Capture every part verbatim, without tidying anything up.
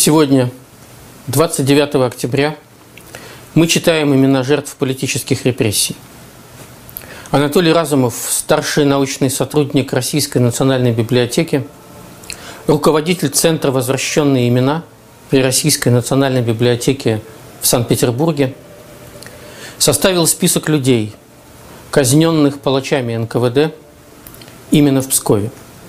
Сегодня, двадцать девятого октября, мы читаем имена жертв политических репрессий. Анатолий Разумов, старший научный сотрудник Российской национальной библиотеки, руководитель Центра «Возвращенные имена» при Российской национальной библиотеке в Санкт-Петербурге, составил список людей, казненных палачами эн ка вэ дэ именно в Пскове.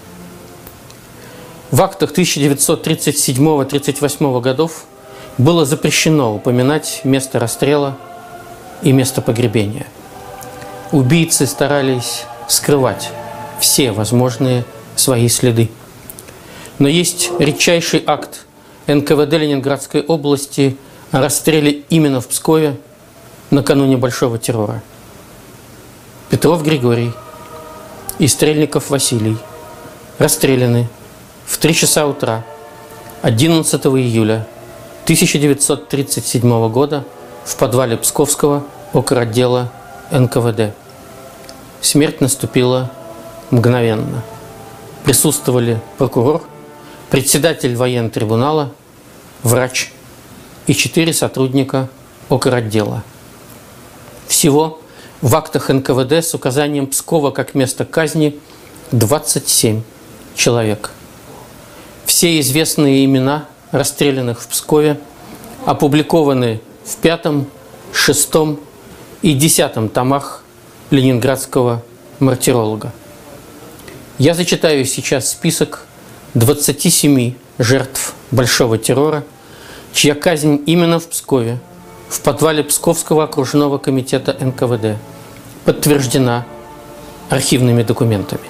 В актах тысяча девятьсот тридцать седьмого — тридцать восьмого годов было запрещено упоминать место расстрела и место погребения. Убийцы старались скрывать все возможные свои следы. Но есть редчайший акт эн ка вэ дэ Ленинградской области о расстреле именно в Пскове накануне Большого террора. Петров Григорий и Стрельников Василий расстреляны в три часа утра одиннадцатого июля тысяча девятьсот тридцать седьмого года в подвале Псковского окротдела эн ка вэ дэ. Смерть наступила мгновенно. Присутствовали прокурор, председатель воентрибунала, врач и четыре сотрудника окротдела. Всего в актах эн ка вэ дэ с указанием Пскова как места казни двадцать семь человек. Все известные имена расстрелянных в Пскове опубликованы в пятом, шестом и десятом томах ленинградского мартиролога. Я зачитаю сейчас список двадцати семи жертв Большого террора, чья казнь именно в Пскове, в подвале Псковского окружного комитета эн ка вэ дэ, подтверждена архивными документами.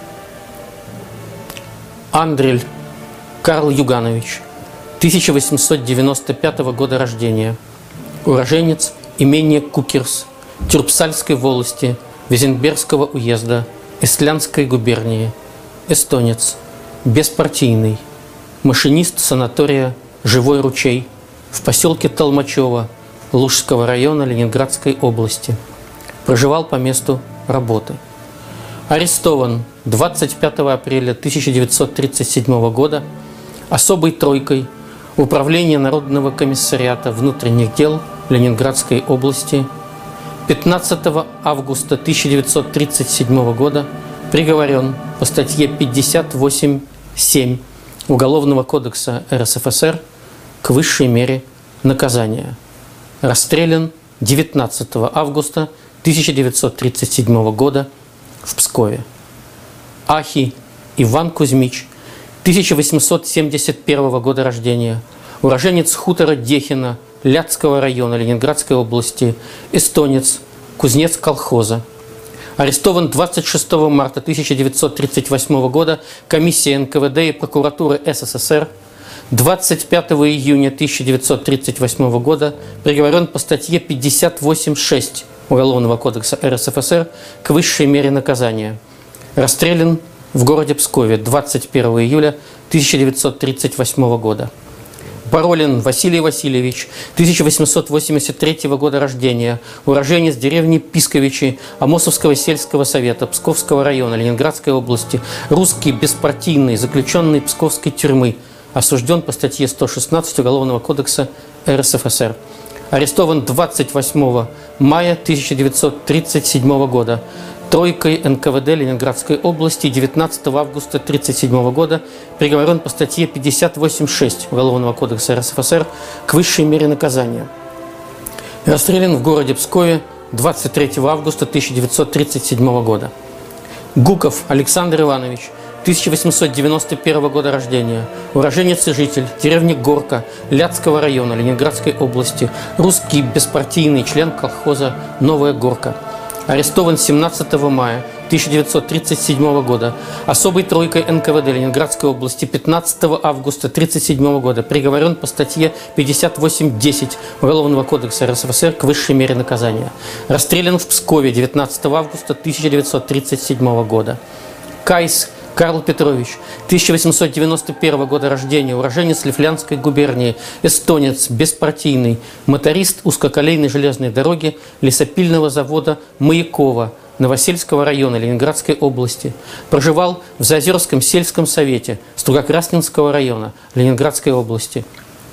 Андрель Карл Юганович, тысяча восемьсот девяносто пятого года рождения, уроженец имения Кукерс Тюрпсальской волости Визенбергского уезда Эстлянской губернии, эстонец, беспартийный, машинист санатория «Живой ручей» в поселке Толмачево Лужского района Ленинградской области. Проживал по месту работы. Арестован двадцать пятого апреля тысяча девятьсот тридцать седьмого года особой тройкой Управления Народного комиссариата внутренних дел Ленинградской области. пятнадцатого августа тысяча девятьсот тридцать седьмого года приговорен по статье пятьдесят восемь семь Уголовного кодекса эр эс эф эс эр к высшей мере наказания. Расстрелян девятнадцатого августа тысяча девятьсот тридцать седьмого года в Пскове. Ахи Иван Кузьмич, тысяча восемьсот семьдесят первого года рождения, уроженец хутора Дехина Ляцкого района Ленинградской области, эстонец, кузнец колхоза. Арестован двадцать шестого марта тысяча девятьсот тридцать восьмого года комиссией эн ка вэ дэ и прокуратуры эс эс эс эр. двадцать пятого июня тысяча девятьсот тридцать восьмого года приговорен по статье пятьдесят восемь шесть Уголовного кодекса эр эс эф эс эр к высшей мере наказания. Расстрелян в городе Пскове двадцать первого июля тысяча девятьсот тридцать восьмого года. Баролин Василий Васильевич, тысяча восемьсот восемьдесят третьего года рождения, уроженец деревни Писковичи Амосовского сельского совета Псковского района Ленинградской области, русский беспартийный, заключенный Псковской тюрьмы, осужден по статье сто шестнадцать Уголовного кодекса эр эс эф эс эр. Арестован двадцать восьмого мая тысяча девятьсот тридцать седьмого года тройкой эн ка вэ дэ Ленинградской области. Девятнадцатого августа тысяча девятьсот тридцать седьмого года приговорен по статье пятьдесят восемь шесть Уголовного кодекса эр эс эф эс эр к высшей мере наказания. Расстрелян в городе Пскове двадцать третьего августа тысяча девятьсот тридцать седьмого года. Гуков Александр Иванович, тысяча восемьсот девяносто первого года рождения, уроженец и житель деревни Горка Ляцкого района Ленинградской области, русский беспартийный, член колхоза «Новая Горка». Арестован семнадцатого мая тысяча девятьсот тридцать седьмого года особой тройкой эн ка вэ дэ Ленинградской области. Пятнадцатого августа тысяча девятьсот тридцать седьмого года приговорен по статье пятьдесят восемь десять Уголовного кодекса эр эс эф эс эр к высшей мере наказания. Расстрелян в Пскове девятнадцатого августа тысяча девятьсот тридцать седьмого года. Кайс Карл Петрович, тысяча восемьсот девяносто первого года рождения, уроженец Лифлянской губернии, эстонец, беспартийный, моторист узкоколейной железной дороги лесопильного завода Маякова Новосельского района Ленинградской области. Проживал в Заозерском сельском совете Строгокрасненского района Ленинградской области.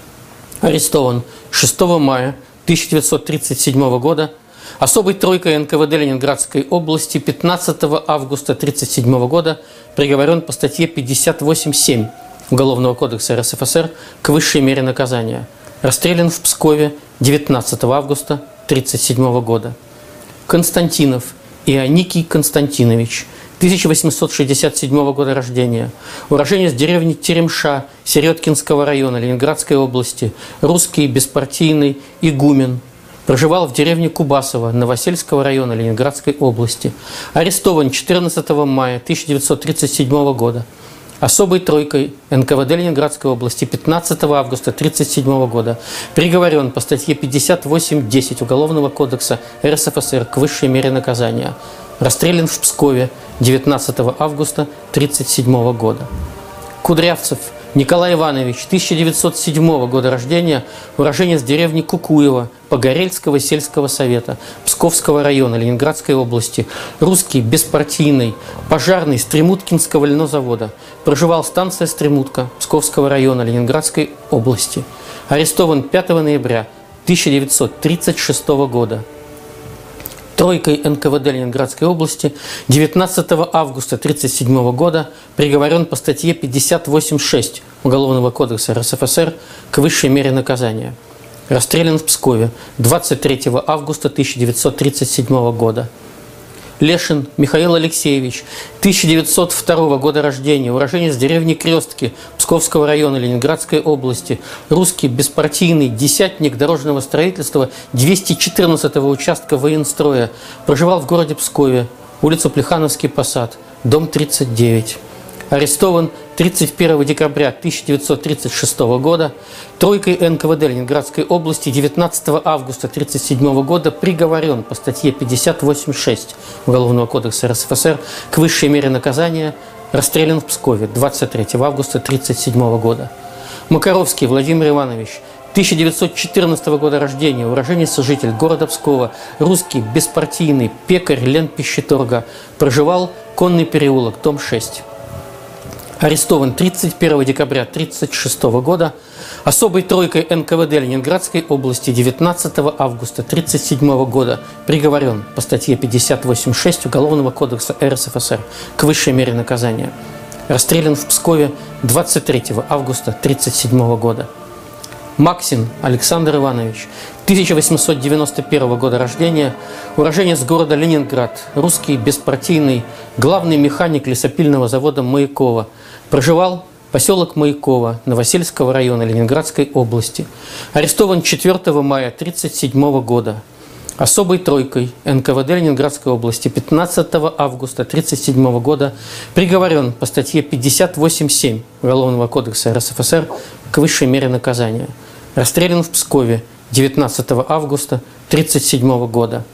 Арестован шестого мая тысяча девятьсот тридцать седьмого года особой тройкой эн ка вэ дэ Ленинградской области. Пятнадцатого августа тысяча девятьсот тридцать седьмого года приговорен по статье пятьдесят восемь точка семь Уголовного кодекса эр эс эф эс эр к высшей мере наказания. Расстрелян в Пскове девятнадцатого августа тысяча девятьсот тридцать седьмого года. Константинов Ионикий Константинович, тысяча восемьсот шестьдесят седьмого года рождения, уроженец деревни Теремша Середкинского района Ленинградской области, русский, беспартийный, игумен. Проживал в деревне Кубасово Новосельского района Ленинградской области. Арестован четырнадцатого мая тысяча девятьсот тридцать седьмого года особой тройкой эн ка вэ дэ Ленинградской области. Пятнадцатого августа тысяча девятьсот тридцать седьмого года приговорен по статье пятьдесят восемь точка десять Уголовного кодекса эр эс эф эс эр к высшей мере наказания. Расстрелян в Пскове девятнадцатого августа тысяча девятьсот тридцать седьмого года. Кудрявцев Николай Иванович, тысяча девятьсот седьмого года рождения, уроженец деревни Кукуево Погорельского сельского совета Псковского района Ленинградской области, русский, беспартийный, пожарный Стремуткинского льнозавода. Проживал станция Стремутка Псковского района Ленинградской области. Арестован пятого ноября тысяча девятьсот тридцать шестого года. Тройкой эн ка вэ дэ Ленинградской области девятнадцатого августа тысяча девятьсот тридцать седьмого года приговорен по статье пятьдесят восемь точка шесть Уголовного кодекса эр эс эф эс эр к высшей мере наказания. Расстрелян в Пскове двадцать третьего августа тысяча девятьсот тридцать седьмого года. Лешин Михаил Алексеевич, тысяча девятьсот второго года рождения, уроженец деревни Крестки Псковского района Ленинградской области, русский, беспартийный, десятник дорожного строительства двести четырнадцатого участка военстроя. Проживал в городе Пскове, улица Плехановский посад, дом тридцать девять. Арестован тридцать первого декабря тысяча девятьсот тридцать шестого года тройкой эн ка вэ дэ Ленинградской области. Девятнадцатого августа тысяча девятьсот тридцать седьмого года приговорен по статье пятьдесят восемь точка шесть Уголовного кодекса эр эс эф эс эр к высшей мере наказания. Расстрелян в Пскове двадцать третьего августа тысяча девятьсот тридцать седьмого года. Макаровский Владимир Иванович, тысяча девятьсот четырнадцатого года рождения, уроженец и житель города Пскова, русский, беспартийный, пекарь Ленпищеторга. Проживал Конный переулок, дом шесть. Арестован тридцать первого декабря тысяча девятьсот тридцать шестого года особой тройкой эн ка вэ дэ Ленинградской области. Девятнадцатого августа тысяча девятьсот тридцать седьмого года приговорен по статье пятьдесят восемь точка шесть Уголовного кодекса эр эс эф эс эр к высшей мере наказания. Расстрелян в Пскове двадцать третьего августа тысяча девятьсот тридцать седьмого года. Максин Александр Иванович, тысяча восемьсот девяносто первого года рождения, уроженец города Ленинград, русский, беспартийный, главный механик лесопильного завода Маяково. Проживал поселок Маяково Новосельского района Ленинградской области. Арестован четвертого мая тысяча девятьсот тридцать седьмого года особой тройкой эн ка вэ дэ Ленинградской области. Пятнадцатого августа тысяча девятьсот тридцать седьмого года приговорен по статье пятьдесят восемь точка семь Уголовного кодекса эр эс эф эс эр к высшей мере наказания. Расстрелян в Пскове девятнадцатого августа тысяча девятьсот тридцать седьмого года.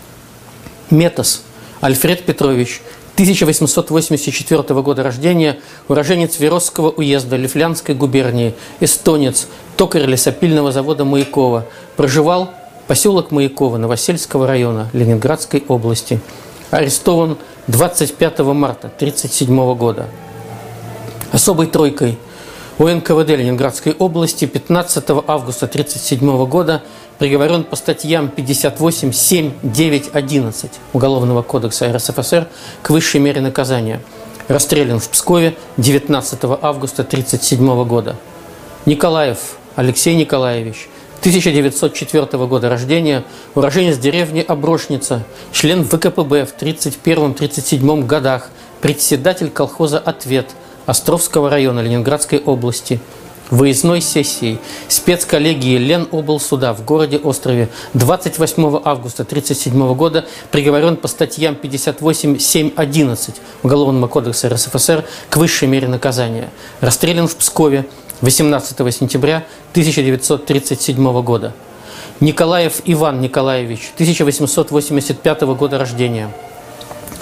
Метос Альфред Петрович, тысяча восемьсот восемьдесят четвертого года рождения, уроженец Веросского уезда Лифлянской губернии, эстонец, токарь лесопильного завода Маяково. Проживал поселок Маяково Новосельского района Ленинградской области. Арестован двадцать пятого марта тысяча девятьсот тридцать седьмого года. Особой тройкой у эн ка вэ дэ Ленинградской области пятнадцатого августа тысяча девятьсот тридцать седьмого года приговорен по статьям пятьдесят восемь, семь, девять, одиннадцать Уголовного кодекса эр эс эф эс эр к высшей мере наказания. Расстрелян в Пскове девятнадцатого августа тысяча девятьсот тридцать седьмого года. Николаев Алексей Николаевич, тысяча девятьсот четвертого года рождения, уроженец деревни Оброшница, член вэ ка пэ бэ в тридцать первом — тридцать седьмом годах, председатель колхоза «Ответ» Островского района Ленинградской области. Выездной сессией спецколлегии Леноблсуда в городе Острове двадцать восьмого августа тысяча девятьсот тридцать седьмого года приговорен по статьям пятьдесят восемь, семь, одиннадцать Уголовного кодекса эр эс эф эс эр к высшей мере наказания. Расстрелян в Пскове восемнадцатого сентября тысяча девятьсот тридцать седьмого года. Николаев Иван Николаевич, тысяча восемьсот восемьдесят пятого года рождения.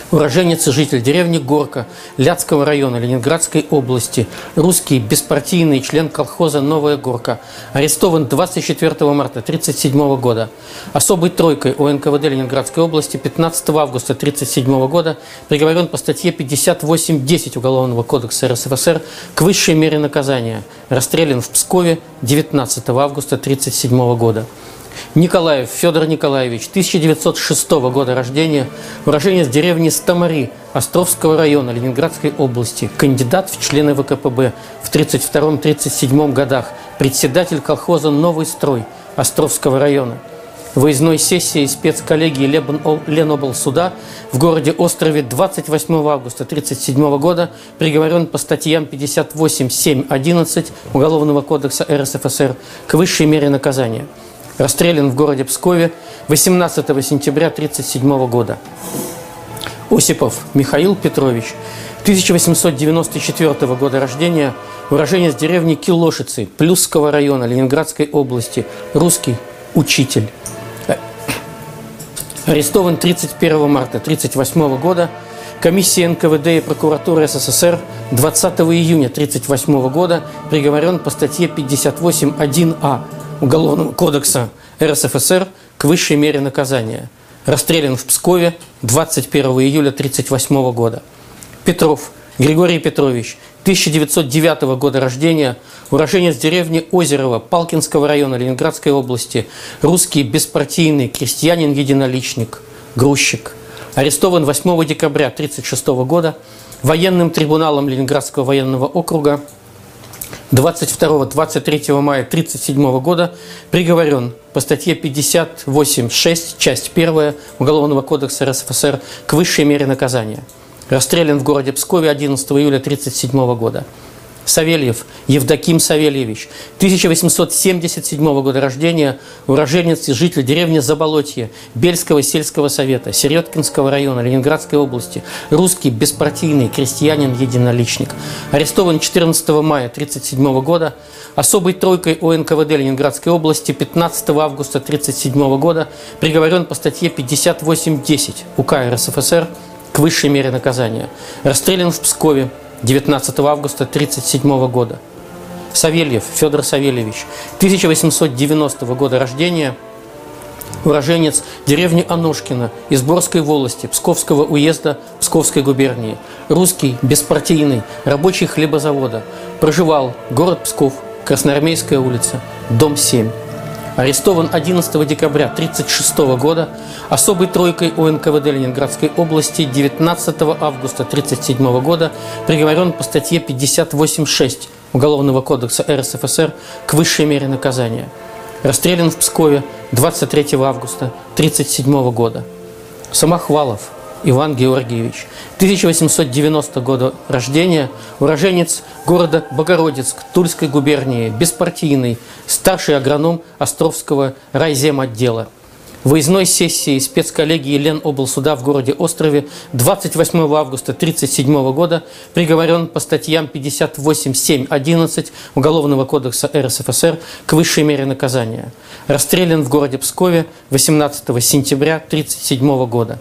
Уроженец и житель деревни Горка Ляцкого района Ленинградской области, русский, беспартийный член колхоза «Новая Горка», арестован двадцать четвёртого марта тысяча девятьсот тридцать седьмого года. Особой тройкой о эн ка вэ дэ Ленинградской области пятнадцатого августа тысяча девятьсот тридцать седьмого года приговорен по статье пятьдесят восемь десять Уголовного кодекса эр эс эф эс эр к высшей мере наказания. Расстрелян в Пскове девятнадцатого августа тысяча девятьсот тридцать седьмого года. Николаев Федор Николаевич, тысяча девятьсот шестого года рождения, уроженец деревни Стамари Островского района Ленинградской области, кандидат в члены вэ ка пэ бэ в тридцать втором — тридцать седьмом годах, председатель колхоза «Новый строй» Островского района. Выездной сессией спецколлегии Леноблсуда в городе Острове двадцать восьмого августа тысяча девятьсот тридцать седьмого года приговорен по статьям пятьдесят восемь — семь — одиннадцать Уголовного кодекса эр эс эф эс эр к высшей мере наказания. Расстрелян в городе Пскове восемнадцатого сентября тысяча девятьсот тридцать седьмого года. Осипов Михаил Петрович, тысяча восемьсот девяносто четвёртого года рождения, уроженец деревни Килошицы Плюсского района Ленинградской области, русский, учитель. Арестован тридцать первого марта тысяча девятьсот тридцать восьмого года. Комиссия эн ка вэ дэ и прокуратуры эс эс эс эр двадцатого июня тысяча девятьсот тридцать восьмого года приговорен по статье пятьдесят восемь — один а Уголовного кодекса эр эс эф эс эр к высшей мере наказания. Расстрелян в Пскове двадцать первого июля тысяча девятьсот тридцать восьмого года. Петров Григорий Петрович, тысяча девятьсот девятого года рождения, уроженец деревни Озерово Палкинского района Ленинградской области, русский, беспартийный, крестьянин-единоличник, грузчик. Арестован восьмого декабря тысяча девятьсот тридцать шестого года военным трибуналом Ленинградского военного округа. двадцать второго — двадцать третьего мая тысяча девятьсот тридцать седьмого года приговорен по статье пятьдесят восемь — шесть, часть первая Уголовного кодекса эр эс эф эс эр к высшей мере наказания. Расстрелян в городе Пскове одиннадцатого июля тысяча девятьсот тридцать седьмого года. Савельев Евдоким Савельевич, тысяча восемьсот семьдесят седьмого года рождения, уроженец и житель деревни Заболотье Бельского сельского совета Середкинского района Ленинградской области, русский, беспартийный, крестьянин-единоличник. Арестован четырнадцатого мая тысяча девятьсот тридцать седьмого года. Особой тройкой о эн ка вэ дэ Ленинградской области пятнадцатого августа тысяча девятьсот тридцать седьмого года приговорен по статье пятьдесят восемь — десять УК эр эс эф эс эр к высшей мере наказания. Расстрелян в Пскове девятнадцатого августа тысяча девятьсот тридцать седьмого года. Савельев Федор Савельевич, тысяча восемьсот девяностого года рождения, уроженец деревни Аношкино Изборской волости Псковского уезда Псковской губернии, русский, беспартийный, рабочий хлебозавода, проживал город Псков, Красноармейская улица, дом семь. Арестован одиннадцатого декабря тысяча девятьсот тридцать шестого года особой тройкой о эн ка вэ дэ Ленинградской области девятнадцатого августа тысяча девятьсот тридцать седьмого года приговорен по статье пятьдесят восемь — шесть Уголовного кодекса эр эс эф эс эр к высшей мере наказания. Расстрелян в Пскове двадцать третьего августа тысяча девятьсот тридцать седьмого года. Самохвалов Иван Георгиевич, тысяча восемьсот девяностого года рождения, уроженец города Богородицк Тульской губернии, беспартийный, старший агроном Островского райземотдела. Выездной сессией спецколлегии Леноблсуда в городе Острове двадцать восьмого августа тысяча девятьсот тридцать седьмого года приговорен по статьям пятьдесят восемь — семь — одиннадцать Уголовного кодекса эр эс эф эс эр к высшей мере наказания. Расстрелян в городе Пскове восемнадцатого сентября тысяча девятьсот тридцать седьмого года.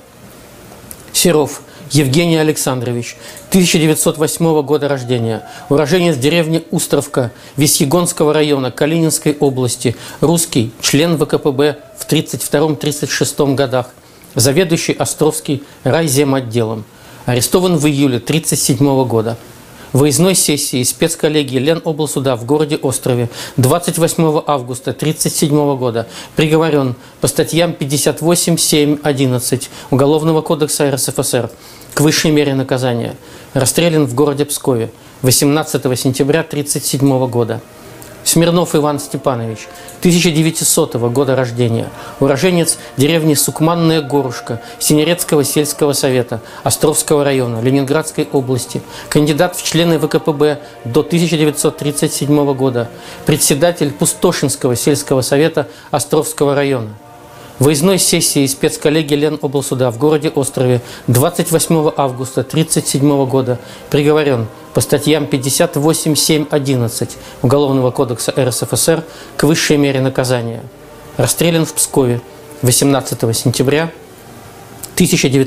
Серов Евгений Александрович, тысяча девятьсот восьмого года рождения, уроженец деревни Устровка Весьегонского района Калининской области, русский, член вэ ка пэ бэ в тридцать втором — тридцать шестом годах, заведующий Островский райземотделом. Арестован в июле тысяча девятьсот тридцать седьмого года. Выездной сессией спецколлегии Леноблсуда в городе Острове двадцать восьмого августа тысяча девятьсот тридцать седьмого года приговорен по статьям пятьдесят восемь — семь — одиннадцать Уголовного кодекса эр эс эф эс эр к высшей мере наказания. Расстрелян в городе Пскове восемнадцатого сентября тысяча девятьсот тридцать седьмого года. Смирнов Иван Степанович, тысяча девятисотого года рождения, уроженец деревни Сукманная Горушка Синерецкого сельского совета Островского района Ленинградской области, кандидат в члены вэ ка пэ бэ до тысяча девятьсот тридцать седьмого года, председатель Пустошинского сельского совета Островского района. Выездной сессией спецколлегии Леноблсуда в городе Острове двадцать восьмого августа тысяча девятьсот тридцать седьмого года приговорен по статьям пятьдесят восемь — семь — одиннадцать Уголовного кодекса эр эс эф эс эр к высшей мере наказания. Расстрелян в Пскове восемнадцатого сентября тысяча девятьсот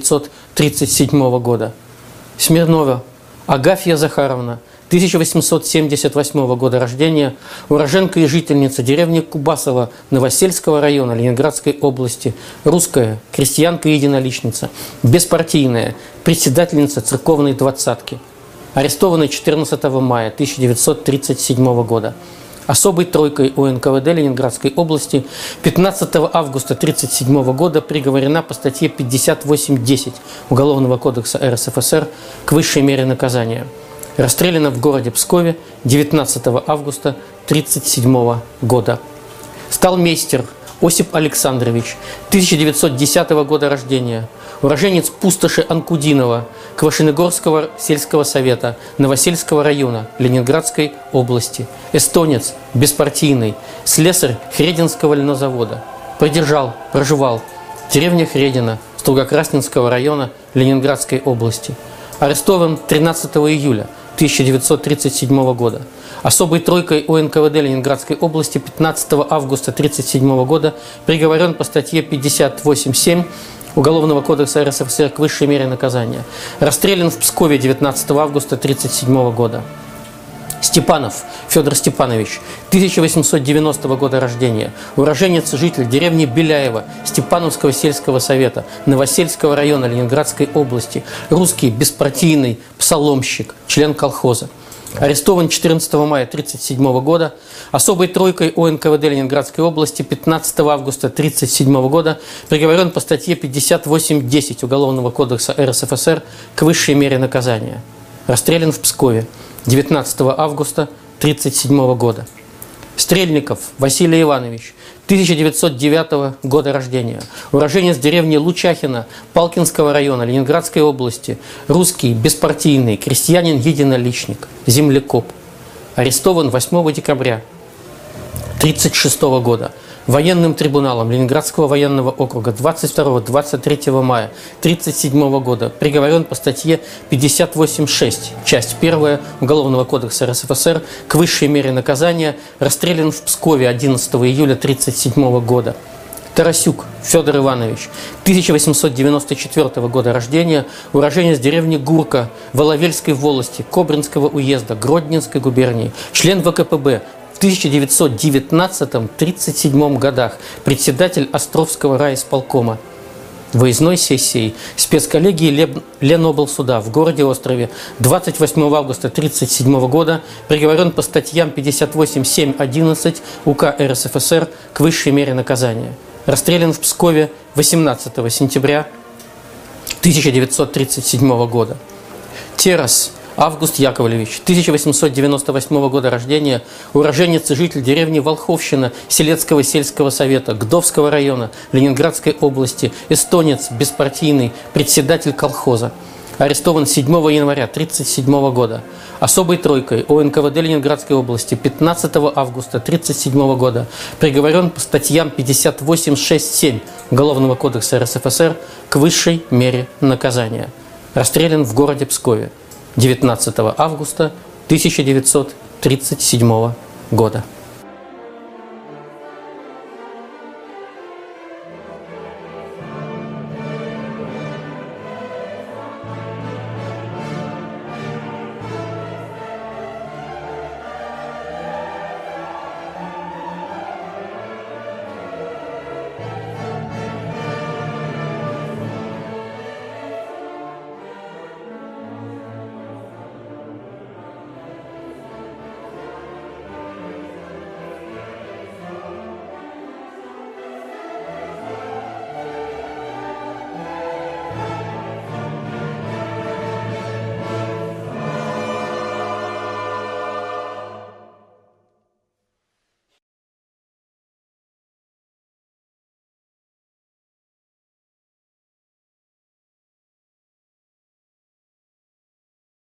тысяча девятьсот тридцать седьмого года. Смирнова Агафья Захаровна, тысяча восемьсот семьдесят восьмого года рождения, уроженка и жительница деревни Кубасова Новосельского района Ленинградской области, русская, крестьянка-единоличница, беспартийная, председательница церковной двадцатки. Арестована четырнадцатого мая тысяча девятьсот тридцать седьмого года. Особой тройкой У Эн Ка Вэ Дэ Ленинградской области пятнадцатого августа тысяча девятьсот тридцать седьмого года приговорена по статье пятьдесят восемь десять Уголовного кодекса Эр Эс Эф Эс Эр к высшей мере наказания. Расстреляна в городе Пскове девятнадцатого августа тысяча девятьсот тридцать седьмого года. Сталмейстер Осип Александрович, тысяча девятьсот десятого года рождения, уроженец пустоши Анкудинова, Квашенегорского сельского совета, Новосельского района, Ленинградской области, эстонец, беспартийный, слесарь Хрединского льнозавода. Продержал, проживал в деревне Хредина, Строгокрасненского района, Ленинградской области. Арестован тринадцатого июля тысяча девятьсот тридцать седьмого года. Особой тройкой У Эн Ка Вэ Дэ Ленинградской области пятнадцатого августа тысяча девятьсот тридцать седьмого года приговорен по статье пятьдесят восемь семь Уголовного кодекса Эр Эс Эф Эс Эр к высшей мере наказания. Расстрелян в Пскове девятнадцатого августа тысяча девятьсот тридцать седьмого года. Степанов Федор Степанович, тысяча восемьсот девяностого года рождения, уроженец, житель деревни Беляева, Степановского сельского совета, Новосельского района Ленинградской области, русский, беспартийный, псаломщик, член колхоза. Арестован четырнадцатого мая тысяча девятьсот тридцать седьмого года. Особой тройкой У Эн Ка Вэ Дэ Ленинградской области пятнадцатого августа тысяча девятьсот тридцать седьмого года приговорен по статье пятьдесят восемь десять Уголовного кодекса Эр Эс Эф Эс Эр к высшей мере наказания. Расстрелян в Пскове девятнадцатого августа тысяча девятьсот тридцать седьмого года. Стрельников Василий Иванович, тысяча девятьсот девятого года рождения, уроженец деревни Лучахина Палкинского района Ленинградской области, русский, беспартийный, крестьянин-единоличник, землекоп. Арестован восьмого декабря тысяча девятьсот тридцать шестого года военным трибуналом Ленинградского военного округа двадцать второго — двадцать третьего мая тысяча девятьсот тридцать седьмого года приговорен по статье пятьдесят восемь шесть, часть первая Уголовного кодекса Эр Эс Эф Эс Эр к высшей мере наказания, расстрелян в Пскове одиннадцатого июля тысяча девятьсот тридцать седьмого года. Тарасюк Федор Иванович, тысяча восемьсот девяносто четвёртого года рождения, уроженец деревни Гурка Воловельской волости, Кобринского уезда, Гродненской губернии, член Вэ Ка Пэ Бэ, в тысяча девятьсот девятнадцатом — тридцать седьмом годах, председатель Островского райисполкома, выездной сессии спецколлегии Леноблсуда в городе Острове двадцать восьмого августа тысяча девятьсот тридцать седьмого года приговорен по статьям пятьдесят восемь семь одиннадцать У К Эр Эс Эф Эс Эр к высшей мере наказания. Расстрелян в Пскове восемнадцатого сентября тысяча девятьсот тридцать седьмого года. Террас Август Яковлевич, тысяча восемьсот девяносто восьмого года рождения, уроженец и житель деревни Волховщина Селецкого сельского совета, Гдовского района, Ленинградской области, эстонец, беспартийный, председатель колхоза. Арестован седьмого января тысяча девятьсот тридцать седьмого года. Особой тройкой У Эн Ка Вэ Дэ Ленинградской области пятнадцатого августа тысяча девятьсот тридцать седьмого года приговорен по статьям пятьдесят восемь шесть семь Уголовного кодекса Эр Эс Эф Эс Эр к высшей мере наказания. Расстрелян в городе Пскове девятнадцатого августа тысяча девятьсот тридцать седьмого года.